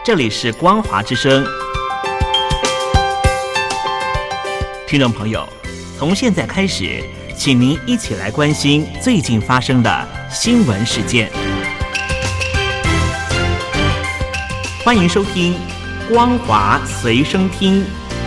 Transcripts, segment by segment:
这里是光华之声。听众朋友，从现在开始，请您一起来关心最近发生的新闻事件。欢迎收听光华随声听。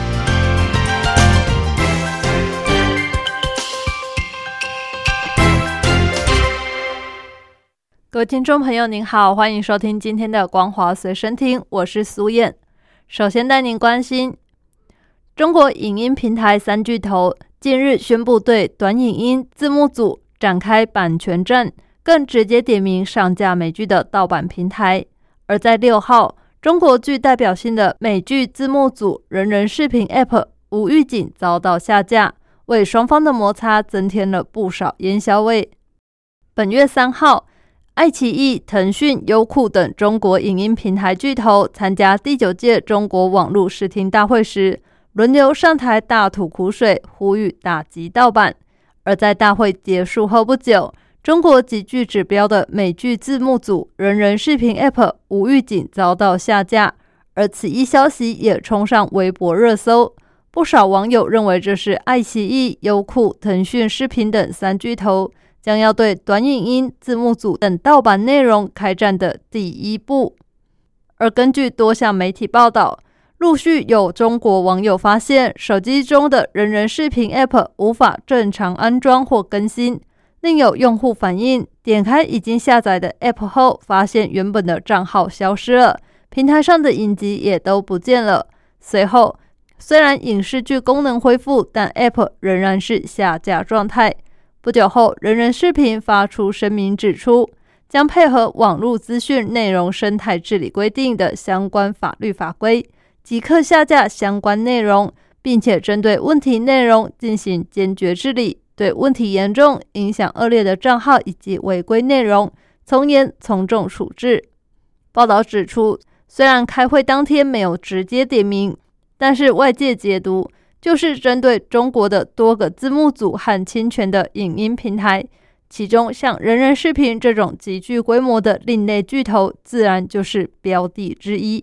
各位听众朋友您好，欢迎收听今天的光华随身听，我是苏燕。首先带您关心中国影音平台三巨头近日宣布对短影音字幕组展开版权战，更直接点名上架美剧的盗版平台。而在6号，中国具代表性的美剧字幕组人人视频 App 无预警遭到下架，为双方的摩擦增添了不少烟硝味。本月3号，爱奇艺、腾讯、优酷等中国影音平台巨头参加第9届中国网络视听大会时，轮流上台大吐苦水，呼吁打击盗版。而在大会结束后不久，中国极具指标的美剧字幕组人人视频 App 无预警遭到下架，而此一消息也冲上微博热搜。不少网友认为这是爱奇艺、优酷、腾讯视频等三巨头将要对短影音、字幕组等盗版内容开战的第一步。而根据多项媒体报道，陆续有中国网友发现手机中的人人视频 App 无法正常安装或更新，另有用户反映点开已经下载的 App 后，发现原本的账号消失了，平台上的影集也都不见了。随后，虽然影视剧功能恢复，但 App 仍然是下架状态。不久后，人人视频发出声明指出，将配合网络资讯内容生态治理规定的相关法律法规，即刻下架相关内容，并且针对问题内容进行坚决治理，对问题严重、影响恶劣的账号以及违规内容从严从重处置。报道指出，虽然开会当天没有直接点名，但是外界解读就是针对中国的多个字幕组和侵权的影音平台，其中像人人视频这种极具规模的另类巨头，自然就是标的之一。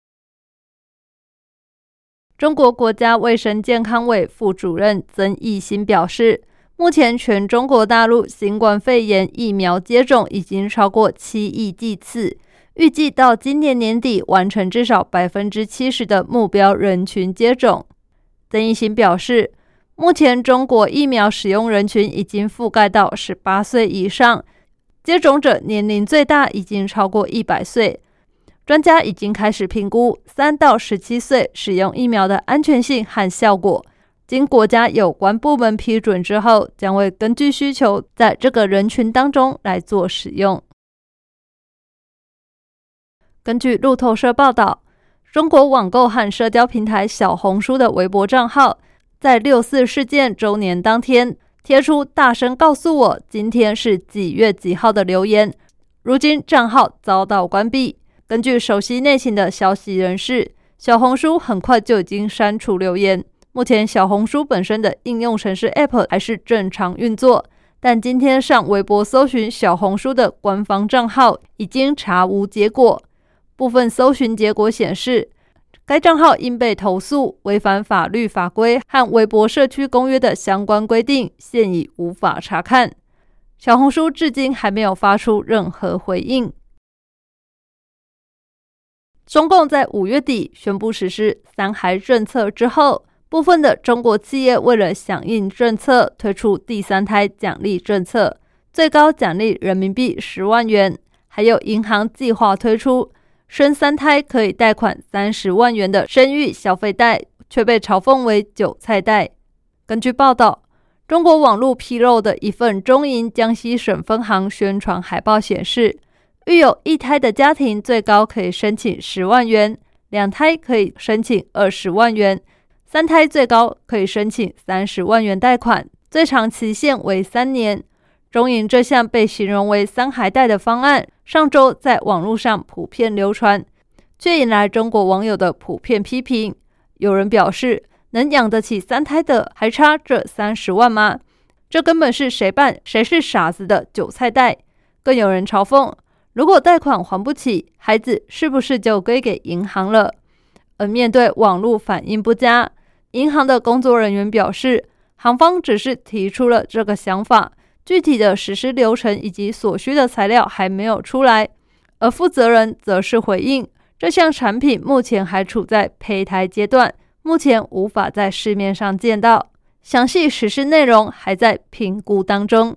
中国国家卫生健康委副主任曾益新表示，目前全中国大陆新冠肺炎疫苗接种已经超过7亿剂次，预计到今年年底完成至少 70% 的目标人群接种。曾益新表示，目前中国疫苗使用人群已经覆盖到18岁以上，接种者年龄最大已经超过100岁。专家已经开始评估3到17岁使用疫苗的安全性和效果，经国家有关部门批准之后，将会根据需求在这个人群当中来做使用。根据路透社报道，中国网购和社交平台小红书的微博账号在6·4事件周年当天贴出大声告诉我今天是几月几号的留言，如今账号遭到关闭。根据熟悉内情的消息人士，小红书很快就已经删除留言。目前小红书本身的应用程式 App 还是正常运作，但今天上微博搜寻小红书的官方账号已经查无结果。部分搜寻结果显示，该账号因被投诉违反法律法规和微博社区公约的相关规定，现已无法查看。小红书至今还没有发出任何回应。中共在5月底宣布实施3孩政策之后，部分的中国企业为了响应政策，推出第3胎奖励政策，最高奖励人民币10万元，还有银行计划推出生3胎可以贷款30万元的生育消费贷，却被嘲讽为韭菜贷。根据报道，中国网络披露的一份中银江西省分行宣传海报显示，育有1胎的家庭最高可以申请10万元，2胎可以申请20万元，3胎最高可以申请30万元贷款，最长期限为3年。中银这项被形容为3孩贷的方案，上周在网络上普遍流传，却引来中国网友的普遍批评。有人表示，能养得起3胎的还差这30万吗？这根本是谁办谁是傻子的韭菜贷。更有人嘲讽， 如果贷款还不起，孩子是不是就归给银行了？而面对网络反应不佳，银行的工作人员表示，行方只是提出了这个想法，具体的实施流程以及所需的材料还没有出来。而负责人则是回应，这项产品目前还处在胚胎阶段，目前无法在市面上见到，详细实施内容还在评估当中。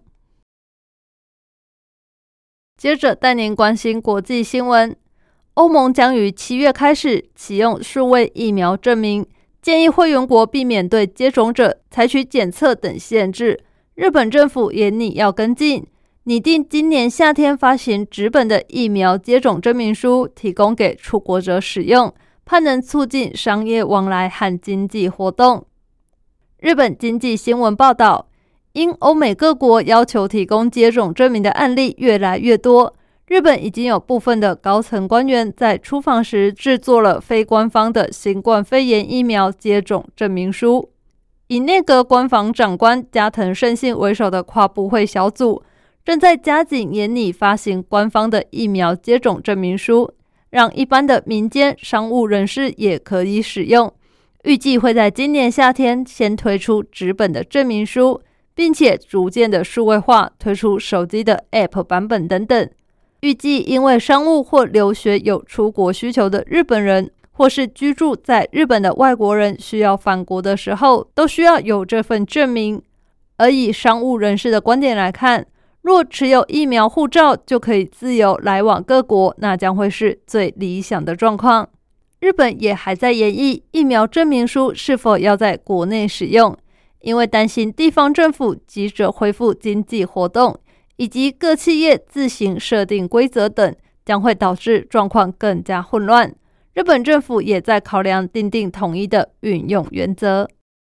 接着带您关心国际新闻，欧盟将于7月开始启用数位疫苗证明，建议会员国避免对接种者采取检测等限制。日本政府也拟要跟进，拟定今年夏天发行纸本的疫苗接种证明书，提供给出国者使用，盼能促进商业往来和经济活动。日本经济新闻报道，因欧美各国要求提供接种证明的案例越来越多，日本已经有部分的高层官员在出访时制作了非官方的新冠肺炎疫苗接种证明书。以内阁官房长官加藤胜信为首的跨部会小组正在加紧研拟发行官方的疫苗接种证明书，让一般的民间商务人士也可以使用。预计会在今年夏天先推出纸本的证明书，并且逐渐的数位化，推出手机的 App 版本等等。预计因为商务或留学有出国需求的日本人，或是居住在日本的外国人需要返国的时候，都需要有这份证明。而以商务人士的观点来看，若持有疫苗护照就可以自由来往各国，那将会是最理想的状况。日本也还在研议疫苗证明书是否要在国内使用，因为担心地方政府急着恢复经济活动，以及各企业自行设定规则等，将会导致状况更加混乱。日本政府也在考量订定统一的运用原则。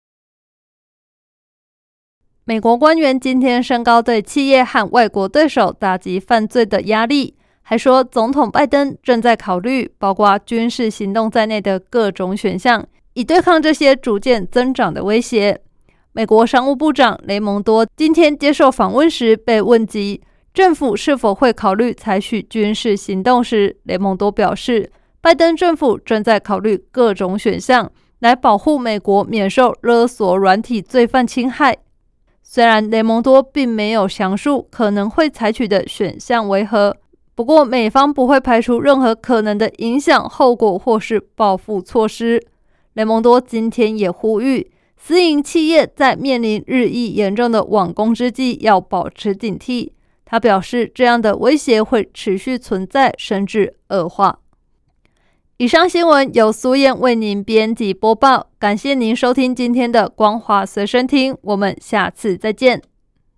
美国官员今天升高对企业和外国对手打击犯罪的压力，还说总统拜登正在考虑包括军事行动在内的各种选项，以对抗这些逐渐增长的威胁。美国商务部长雷蒙多今天接受访问时被问及政府是否会考虑采取军事行动时，雷蒙多表示，拜登政府正在考虑各种选项来保护美国免受勒索软体罪犯侵害。虽然雷蒙多并没有详述可能会采取的选项为何，不过美方不会排除任何可能的影响后果或是报复措施。雷蒙多今天也呼吁私营企业在面临日益严重的网攻之际要保持警惕。他表示，这样的威胁会持续存在，甚至恶化。以上新闻由苏燕为您编辑播报，感谢您收听今天的光华随身听，我们下次再见。